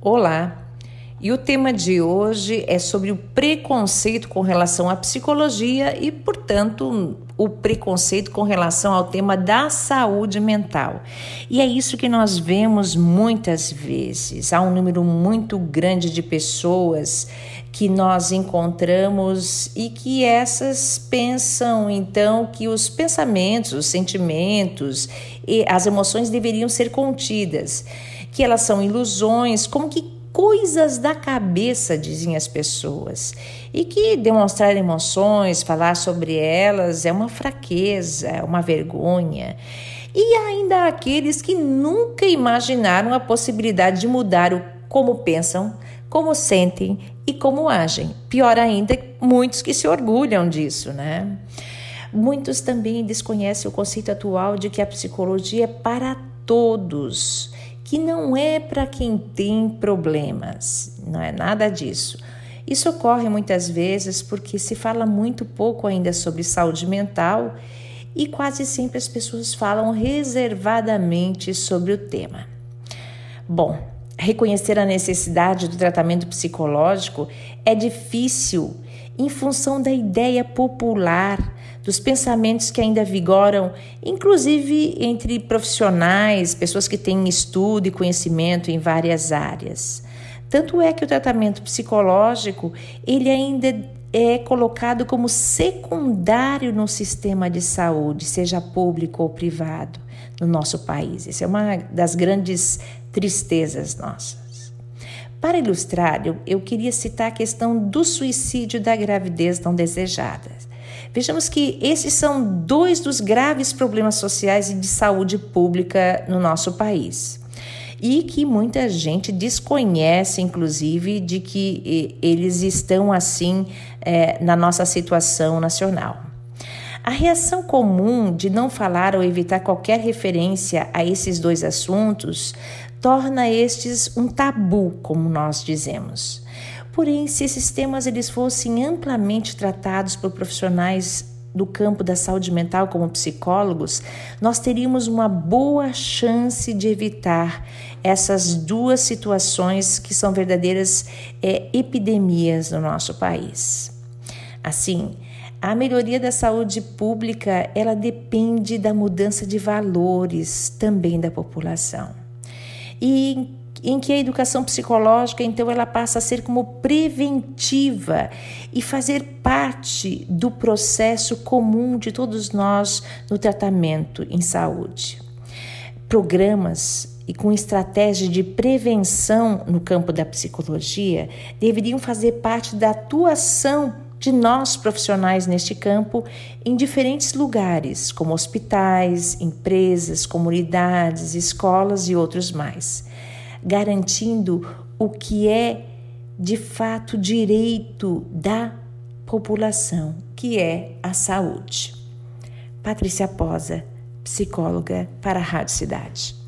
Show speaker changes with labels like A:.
A: Olá! E o tema de hoje é sobre o preconceito com relação à psicologia e, portanto, o preconceito com relação ao tema da saúde mental. E é isso que nós vemos muitas vezes. Há um número muito grande de pessoas que nós encontramos e que essas pensam, então, que os pensamentos, os sentimentos e as emoções deveriam ser contidas, que elas são ilusões, como que coisas da cabeça, dizem as pessoas, e que demonstrar emoções, falar sobre elas é uma fraqueza, é uma vergonha. E ainda há aqueles que nunca imaginaram a possibilidade de mudar o como pensam, como sentem e como agem. Pior ainda, muitos que se orgulham disso, né? Muitos também desconhecem o conceito atual de que a psicologia é para todos, que não é para quem tem problemas, não é nada disso. Isso ocorre muitas vezes porque se fala muito pouco ainda sobre saúde mental e quase sempre as pessoas falam reservadamente sobre o tema. Bom, reconhecer a necessidade do tratamento psicológico é difícil em função da ideia popular, dos pensamentos que ainda vigoram, inclusive entre profissionais, pessoas que têm estudo e conhecimento em várias áreas. Tanto é que o tratamento psicológico, ele ainda é colocado como secundário no sistema de saúde, seja público ou privado, no nosso país. Essa é uma das grandes tristezas nossas. Para ilustrar, eu queria citar a questão do suicídio e da gravidez não desejada. Vejamos que esses são dois dos graves problemas sociais e de saúde pública no nosso país. E que muita gente desconhece, inclusive, de que eles estão assim na nossa situação nacional. A reação comum de não falar ou evitar qualquer referência a esses dois assuntos torna estes um tabu, como nós dizemos. Porém, se esses temas eles fossem amplamente tratados por profissionais do campo da saúde mental, como psicólogos, nós teríamos uma boa chance de evitar essas duas situações que são verdadeiras epidemias no nosso país. Assim, a melhoria da saúde pública, ela depende da mudança de valores também da população. E em que a educação psicológica, então, ela passa a ser como preventiva e fazer parte do processo comum de todos nós no tratamento em saúde. Programas e com estratégia de prevenção no campo da psicologia deveriam fazer parte da atuação de nós profissionais neste campo em diferentes lugares, como hospitais, empresas, comunidades, escolas e outros mais, garantindo o que é, de fato, direito da população, que é a saúde. Patrícia Posa, psicóloga para a Rádio Cidade.